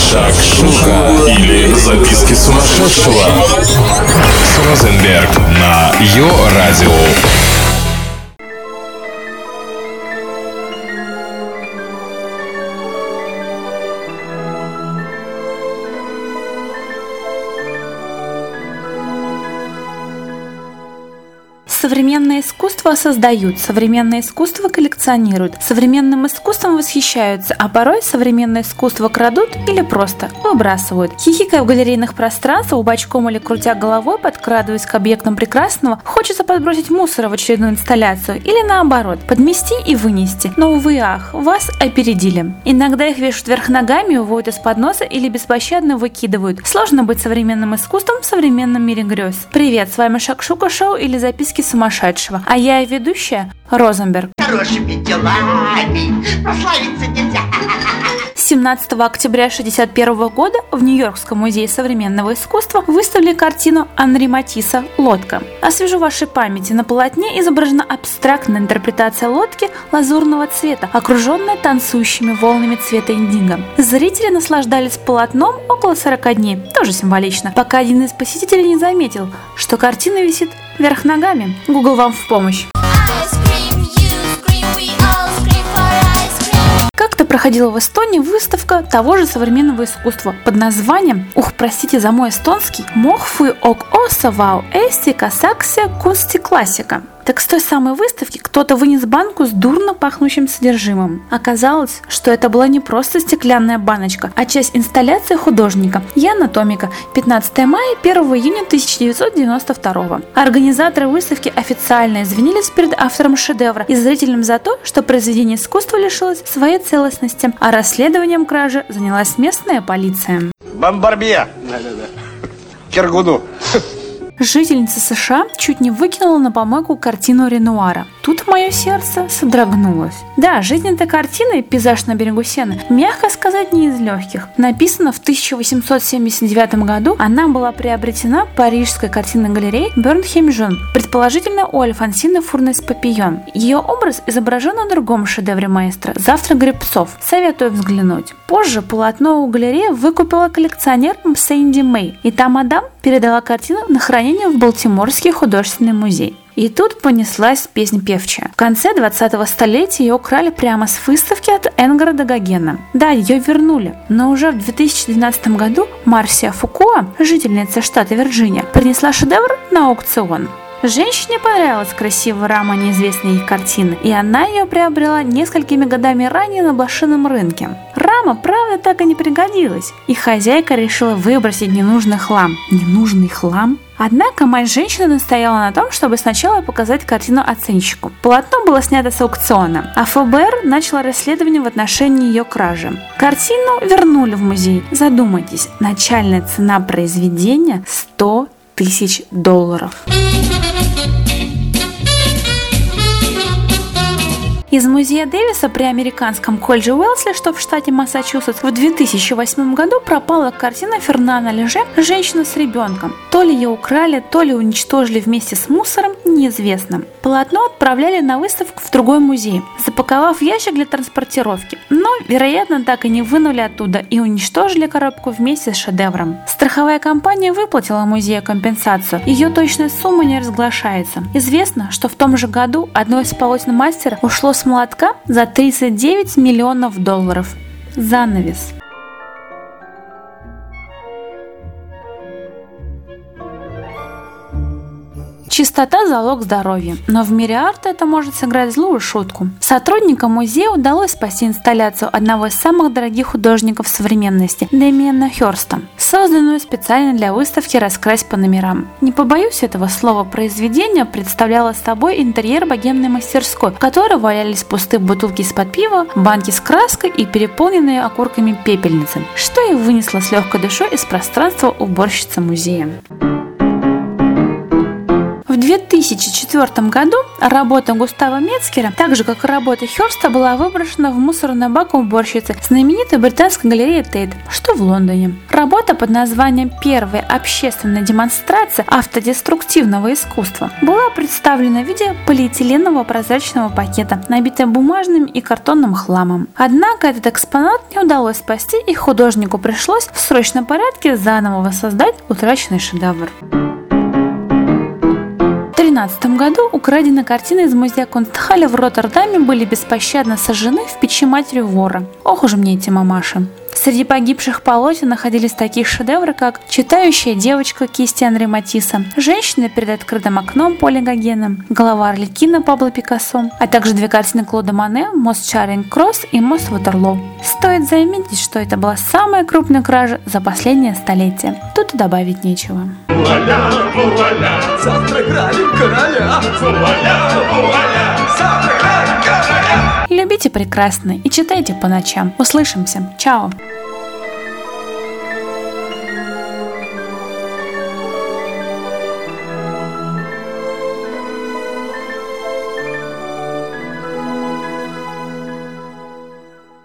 Шакшука или записки сумасшедшего с Розенберг на Йо-Радио. Современное искусство создают, современное искусство коллекционируют, современным искусством восхищаются, а порой современное искусство крадут или просто выбрасывают. Хихикая в галерейных пространствах, бочком или крутя головой, подкрадываясь к объектам прекрасного, хочется подбросить мусора в очередную инсталляцию или наоборот, подмести и вынести. Но, увы и ах, вас опередили. Иногда их вешают вверх ногами, уводят из-под носа или беспощадно выкидывают. Сложно быть современным искусством в современном мире грез. Привет, с вами Шакшука Шоу или записки сумасшедшего, а я ведущая Розенберг. Хорошими делами прославиться нельзя. 17 октября 1961 года в Нью-Йоркском музее современного искусства выставили картину Анри Матисса «Лодка». Освежу вашей памяти, на полотне изображена абстрактная интерпретация лодки лазурного цвета, окруженная танцующими волнами цвета индиго. Зрители наслаждались полотном около 40 дней, тоже символично, пока один из посетителей не заметил, что картина висит вверх ногами. Google вам в помощь. Как-то проходила в Эстонии выставка того же современного искусства под названием, простите за мой эстонский, «Мохфы ок осавау эсти касакся кунсти классика». Так с той самой выставки кто-то вынес банку с дурно пахнущим содержимым. Оказалось, что это была не просто стеклянная баночка, а часть инсталляции художника Яна Томика 15 мая 1 июня 1992. Организаторы выставки официально извинились перед автором шедевра и зрителям за то, что произведение искусства лишилось своей целостности, а расследованием кражи занялась местная полиция. Бомбарбия! Киргуду! Жительница США чуть не выкинула на помойку картину Ренуара. Тут мое сердце содрогнулось. Да, жизнь этой картины «Пейзаж на берегу Сены», мягко сказать, не из легких. Написана в 1879 году, она была приобретена парижской картинной галереей Бернхейм-Жон, предположительно у Альфонсины Фурнес-Папийон. Ее образ изображен на другом шедевре маэстро «Завтрак гребцов». Советую взглянуть. Позже полотно у галереи выкупила коллекционер Сэнди Мэй, и та мадам передала картину на хранение в Балтиморский художественный музей. И тут понеслась песнь певчая. В конце 20-го столетия ее украли прямо с выставки от Энгара Гогена. Да, ее вернули, но уже в 2012 году Марсия Фукуа, жительница штата Вирджиния, принесла шедевр на аукцион. Женщине понравилась красивая рама неизвестной ей картины, и она ее приобрела несколькими годами ранее на блошином рынке. Рама, правда, так и не пригодилась, и хозяйка решила выбросить ненужный хлам. Ненужный хлам? Однако мать женщины настояла на том, чтобы сначала показать картину оценщику. Полотно было снято с аукциона, а ФБР начало расследование в отношении ее кражи. Картину вернули в музей. Задумайтесь, начальная цена произведения $100 тысяч. Из музея Дэвиса при американском колледже Уэлсли, что в штате Массачусетс, в 2008 году пропала картина Фернана Леже «Женщина с ребенком». То ли ее украли, то ли уничтожили вместе с мусором, неизвестно. Полотно отправляли на выставку в другой музей, запаковав в ящик для транспортировки, но, вероятно, так и не вынули оттуда и уничтожили коробку вместе с шедевром. Страховая компания выплатила музею компенсацию, ее точная сумма не разглашается. Известно, что в том же году одно из полотен мастера ушло с молотка за $39 миллионов. Занавес. Чистота – залог здоровья, но в мире арта это может сыграть злую шутку. Сотрудникам музея удалось спасти инсталляцию одного из самых дорогих художников современности – Дэмиана Хёрста, созданную специально для выставки «Раскрась по номерам». Не побоюсь этого слова, произведение представляло собой интерьер богемной мастерской, в которой валялись пустые бутылки из-под пива, банки с краской и переполненные окурками пепельницы, что и вынесла с легкой душой из пространства уборщица музея. В 2004 году работа Густава Мецгера, так же как и работа Хёрста, была выброшена в мусорный бак уборщицы знаменитой британской галереи Тейт, что в Лондоне. Работа под названием «Первая общественная демонстрация автодеструктивного искусства» была представлена в виде полиэтиленового прозрачного пакета, набитого бумажным и картонным хламом. Однако этот экспонат не удалось спасти, и художнику пришлось в срочном порядке заново воссоздать утраченный шедевр. В 2013 году украденные картины из музея Кунстхалля в Роттердаме были беспощадно сожжены в печи матерью вора. Ох уж мне эти мамаши. Среди погибших полотен находились такие шедевры, как «Читающая девочка» кисти Анри Матисса, «Женщина перед открытым окном» Поля Гогена, «Голова Арлекина» Пабло Пикассо, а также две картины Клода Моне «Мост Чаринг-Кросс» и «Мост Ватерлоо». Стоит заметить, что это была самая крупная кража за последнее столетие. Тут и добавить нечего. Вуаля, вуаля, завтра грабим короля. Вуаля, вуаля, завтра грабим короля. Любите прекрасно и читайте по ночам. Услышимся. Чао!